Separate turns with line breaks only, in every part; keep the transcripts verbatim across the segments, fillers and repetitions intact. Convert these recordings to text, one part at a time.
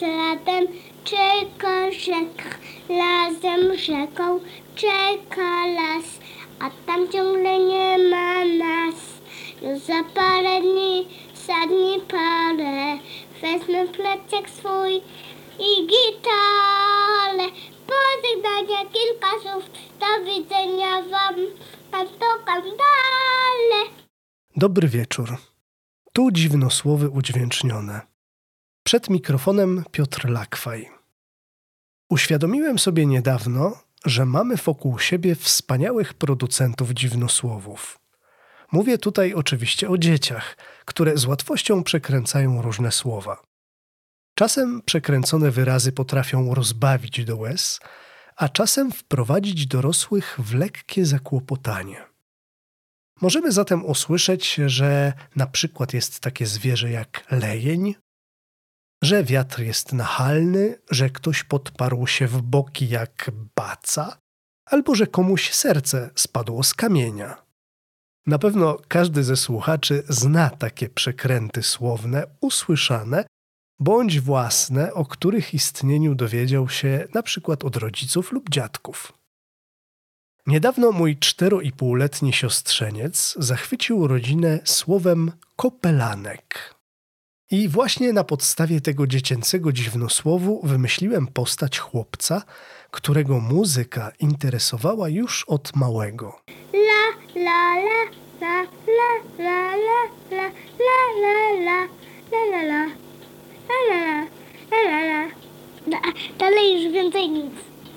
latem, czeka rzeka, razem rzeką czeka las, a tam ciągle nie ma nas. Już za parę dni, za dni parę, wezmę plecak swój i gitarę. Pożegnania kilka słów, do widzenia wam, tam to dalej.
Dobry wieczór. Tu dziwnosłowy udźwięcznione. Przed mikrofonem Piotr Lakwaj. Uświadomiłem sobie niedawno, że mamy wokół siebie wspaniałych producentów dziwnosłowów. Mówię tutaj oczywiście o dzieciach, które z łatwością przekręcają różne słowa. Czasem przekręcone wyrazy potrafią rozbawić do łez, a czasem wprowadzić dorosłych w lekkie zakłopotanie. Możemy zatem usłyszeć, że na przykład jest takie zwierzę jak lejeń, że wiatr jest nachalny, że ktoś podparł się w boki jak baca, albo że komuś serce spadło z kamienia. Na pewno każdy ze słuchaczy zna takie przekręty słowne, usłyszane, bądź własne, o których istnieniu dowiedział się na przykład od rodziców lub dziadków. Niedawno mój czteroipółletni siostrzeniec zachwycił rodzinę słowem kopelanek. I właśnie na podstawie tego dziecięcego dziwnosłowu wymyśliłem postać chłopca, którego muzyka interesowała już od małego.
La, la, la, la, la, la, la, la, la, la, la, la, la, la, la, la, la, la. Dalej już więcej nic.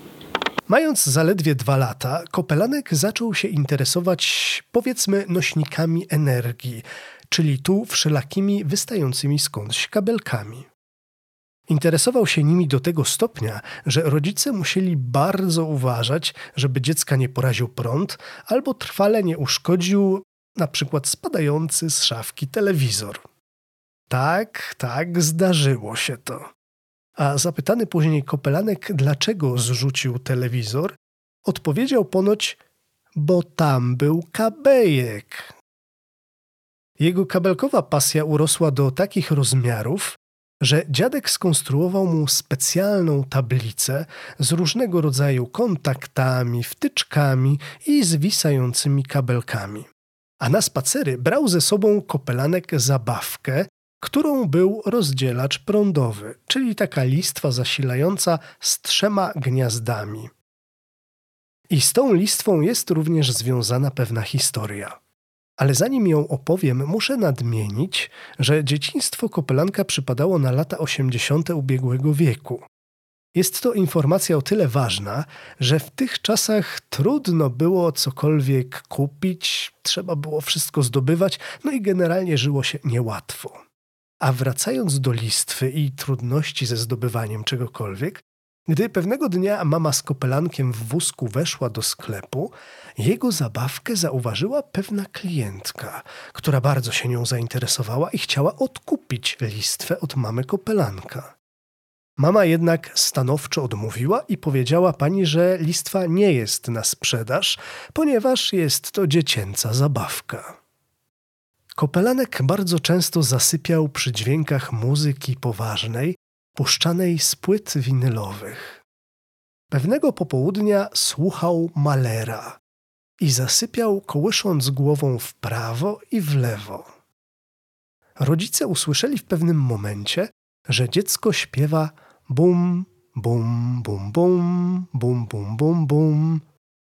Mając zaledwie dwa lata, Kopelanek zaczął się interesować, powiedzmy, nośnikami energii, czyli tu wszelakimi wystającymi skądś kabelkami. Interesował się nimi do tego stopnia, że rodzice musieli bardzo uważać, żeby dziecka nie poraził prąd albo trwale nie uszkodził na przykład spadający z szafki telewizor. Tak, tak, zdarzyło się to. A zapytany później Kopelanek, dlaczego zrzucił telewizor, odpowiedział ponoć, bo tam był kabejek. Jego kabelkowa pasja urosła do takich rozmiarów, że dziadek skonstruował mu specjalną tablicę z różnego rodzaju kontaktami, wtyczkami i zwisającymi kabelkami. A na spacery brał ze sobą Kopelanek zabawkę, którą był rozdzielacz prądowy, czyli taka listwa zasilająca z trzema gniazdami. I z tą listwą jest również związana pewna historia. Ale zanim ją opowiem, muszę nadmienić, że dzieciństwo Kopelanka przypadało na lata osiemdziesiąte ubiegłego wieku. Jest to informacja o tyle ważna, że w tych czasach trudno było cokolwiek kupić, trzeba było wszystko zdobywać, no i generalnie żyło się niełatwo. A wracając do listwy i trudności ze zdobywaniem czegokolwiek, gdy pewnego dnia mama z Kopelankiem w wózku weszła do sklepu, jego zabawkę zauważyła pewna klientka, która bardzo się nią zainteresowała i chciała odkupić listwę od mamy Kopelanka. Mama jednak stanowczo odmówiła i powiedziała pani, że listwa nie jest na sprzedaż, ponieważ jest to dziecięca zabawka. Kopelanek bardzo często zasypiał przy dźwiękach muzyki poważnej, puszczanej z płyt winylowych. Pewnego popołudnia słuchał Mahlera i zasypiał, kołysząc głową w prawo i w lewo. Rodzice usłyszeli w pewnym momencie, że dziecko śpiewa bum, bum, bum, bum, bum, bum, bum, bum.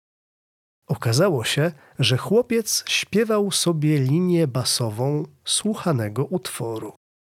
Okazało się, że chłopiec śpiewał sobie linię basową słuchanego utworu.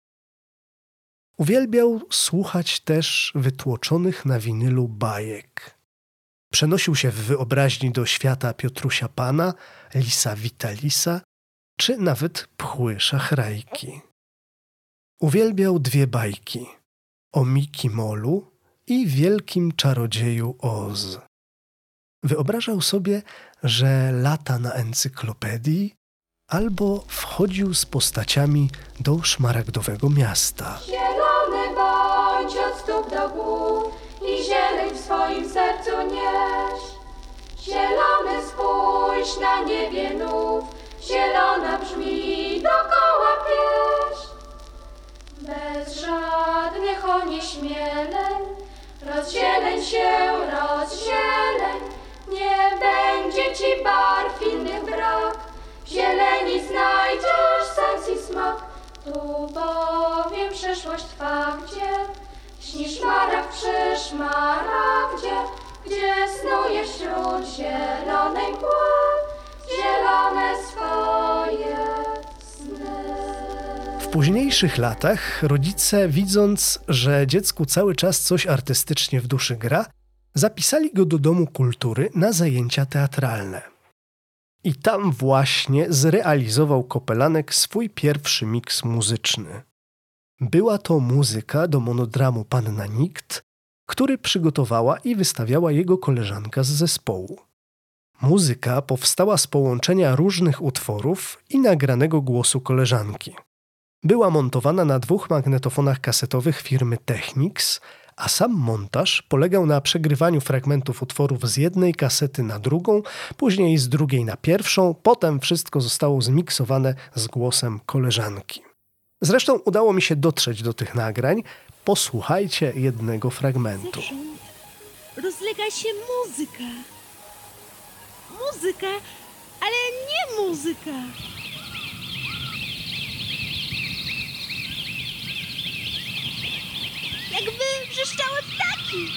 Uwielbiał słuchać też wytłoczonych na winylu bajek. Przenosił się w wyobraźni do świata Piotrusia Pana, Lisa Vitalisa, czy nawet Pchły Szachrajki. Uwielbiał dwie bajki o Miki Molu i wielkim czarodzieju Oz. Wyobrażał sobie, że lata na encyklopedii albo wchodził z postaciami do szmaragdowego miasta.
Zielony bądź od stóp do głów i zieleń w swoim sercu nieś. Zielony spójrz na niebie nów, zielona brzmi dokoła pieśń. Bez żadnych co nieśmieleń. Rozzieleń się, rozzieleń, nie będzie ci barw innych brak. W zieleni znajdziesz sens i smak, tu bowiem przyszłość twa, gdzie śni szmaragd przy szmaragdzie, gdzie snuje wśród zielonej mgły zielone swoje sny.
W późniejszych latach rodzice, widząc, że dziecku cały czas coś artystycznie w duszy gra, zapisali go do Domu Kultury na zajęcia teatralne. I tam właśnie zrealizował Kopelanek swój pierwszy miks muzyczny. Była to muzyka do monodramu Panna Nikt, który przygotowała i wystawiała jego koleżanka z zespołu. Muzyka powstała z połączenia różnych utworów i nagranego głosu koleżanki. Była montowana na dwóch magnetofonach kasetowych firmy Technics, a sam montaż polegał na przegrywaniu fragmentów utworów z jednej kasety na drugą, później z drugiej na pierwszą, potem wszystko zostało zmiksowane z głosem koleżanki. Zresztą udało mi się dotrzeć do tych nagrań. Posłuchajcie jednego fragmentu.
Zewsząd rozlega się muzyka. Muzyka, ale nie muzyka. Jakby wrzeszczały ptaki.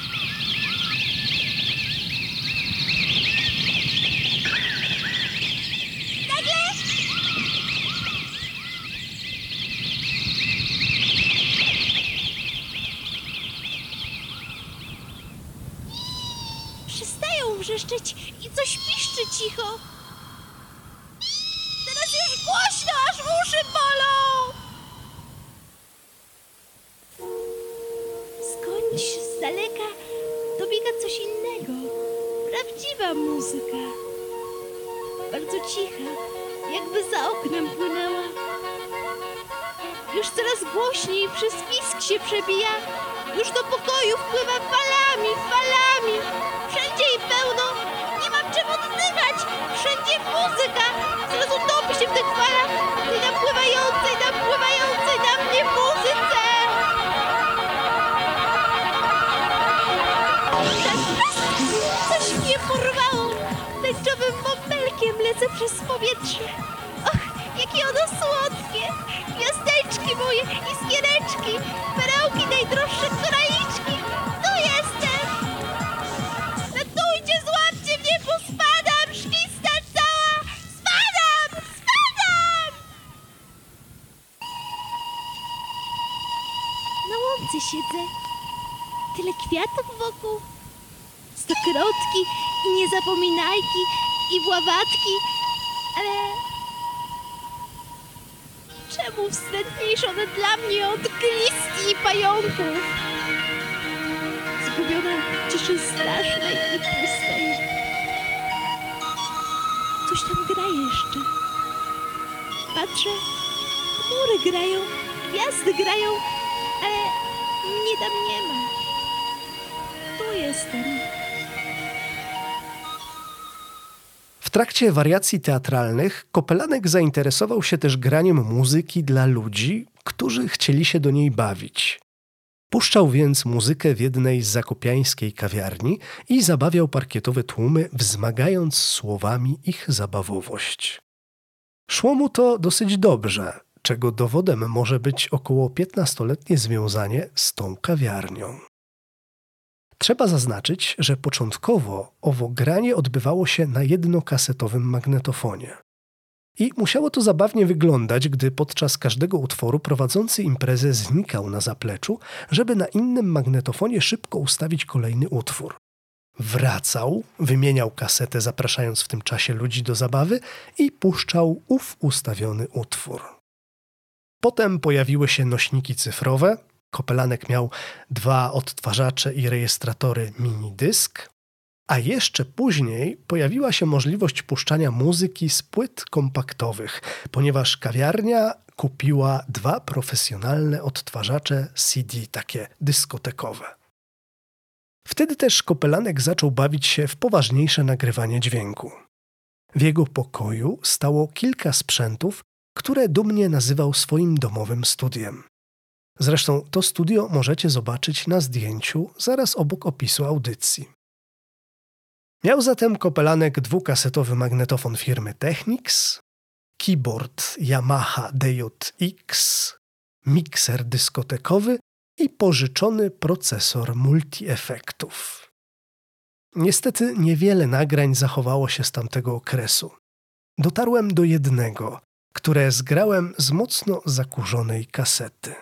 Nagle przestają wrzeszczeć i coś piszczy cicho. Teraz już głośno, aż uszy bolą. Skądś z daleka dobiega coś innego. Prawdziwa muzyka. Bardzo cicha, jakby za oknem płynęła. Już coraz głośniej przez pisk się przebija. Już do pokoju wpływa falami, falami. Wszędzie jej pełno. Nie mam czym oddychać. Wszędzie muzyka. Zaraz utopi się w tych falach. Tej napływającej, napływającej na mnie muzyce. Coś mnie porwało. Tęczowym bąbelkiem lecę przez powietrze. Och, jakie ono słodkie. Gwiazdeczki moje, iskiereczki, perełki najdroższe koraliczki. Tu jestem. Ratujcie, złapcie mnie, bo spadam, szwista cała. Spadam, spadam. Na łące siedzę. Tyle kwiatów wokół. Stokrotki i niezapominajki i bławatki, ale czemu wstrętniejsze one dla mnie od glistki i pająków? Zgubiona w ciszy strasznej i pustej. Coś tam gra jeszcze. Patrzę, chmury grają, gwiazdy grają, ale mnie tam nie ma. Tu jestem.
W trakcie wariacji teatralnych Kopelanek zainteresował się też graniem muzyki dla ludzi, którzy chcieli się do niej bawić. Puszczał więc muzykę w jednej z zakopiańskiej kawiarni i zabawiał parkietowe tłumy, wzmagając słowami ich zabawowość. Szło mu to dosyć dobrze, czego dowodem może być około piętnastoletnie związanie z tą kawiarnią. Trzeba zaznaczyć, że początkowo owo granie odbywało się na jednokasetowym magnetofonie. I musiało to zabawnie wyglądać, gdy podczas każdego utworu prowadzący imprezę znikał na zapleczu, żeby na innym magnetofonie szybko ustawić kolejny utwór. Wracał, wymieniał kasetę, zapraszając w tym czasie ludzi do zabawy i puszczał ów ustawiony utwór. Potem pojawiły się nośniki cyfrowe. Kopelanek miał dwa odtwarzacze i rejestratory mini-dysk, a jeszcze później pojawiła się możliwość puszczania muzyki z płyt kompaktowych, ponieważ kawiarnia kupiła dwa profesjonalne odtwarzacze C D, takie dyskotekowe. Wtedy też Kopelanek zaczął bawić się w poważniejsze nagrywanie dźwięku. W jego pokoju stało kilka sprzętów, które dumnie nazywał swoim domowym studiem. Zresztą to studio możecie zobaczyć na zdjęciu zaraz obok opisu audycji. Miał zatem Kopelanek dwukasetowy magnetofon firmy Technics, keyboard Yamaha D J X, mikser dyskotekowy i pożyczony procesor multiefektów. Niestety niewiele nagrań zachowało się z tamtego okresu. Dotarłem do jednego, które zgrałem z mocno zakurzonej kasety.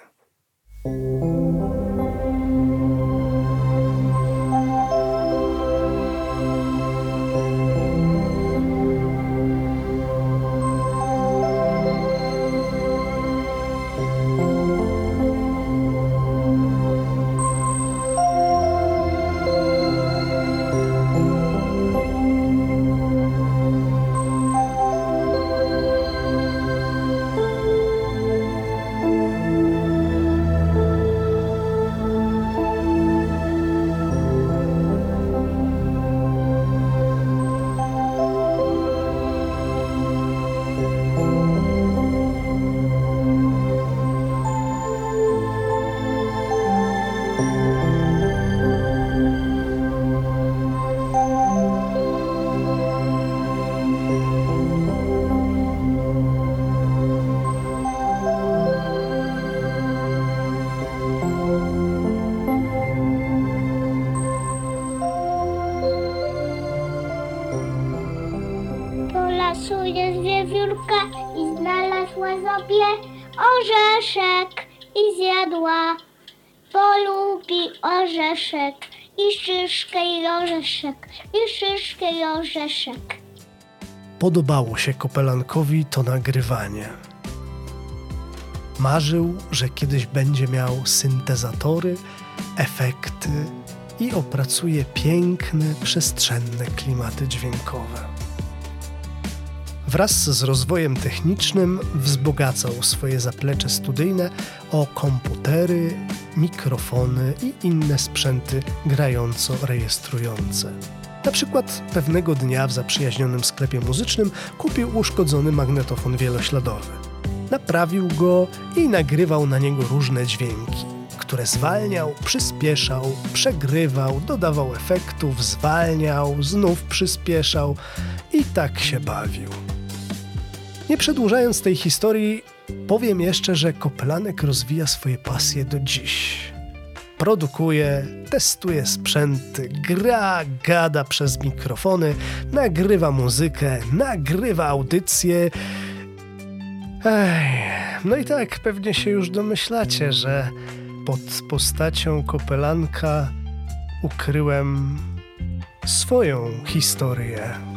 Lasuje wiewiórka i znalazła sobie orzeszek i zjadła, bo lubi orzeszek i szyszkę i orzeszek, i szyszkę i orzeszek.
Podobało się Kopelankowi to nagrywanie. Marzył, że kiedyś będzie miał syntezatory, efekty i opracuje piękne, przestrzenne klimaty dźwiękowe. Wraz z rozwojem technicznym wzbogacał swoje zaplecze studyjne o komputery, mikrofony i inne sprzęty grająco-rejestrujące. Na przykład pewnego dnia w zaprzyjaźnionym sklepie muzycznym kupił uszkodzony magnetofon wielośladowy. Naprawił go i nagrywał na niego różne dźwięki, które zwalniał, przyspieszał, przegrywał, dodawał efektów, zwalniał, znów przyspieszał i tak się bawił. Nie przedłużając tej historii, powiem jeszcze, że Kopelanek rozwija swoje pasje do dziś. Produkuje, testuje sprzęty, gra, gada przez mikrofony, nagrywa muzykę, nagrywa audycje. Ej, no i tak pewnie się już domyślacie, że pod postacią Kopelanka ukryłem swoją historię.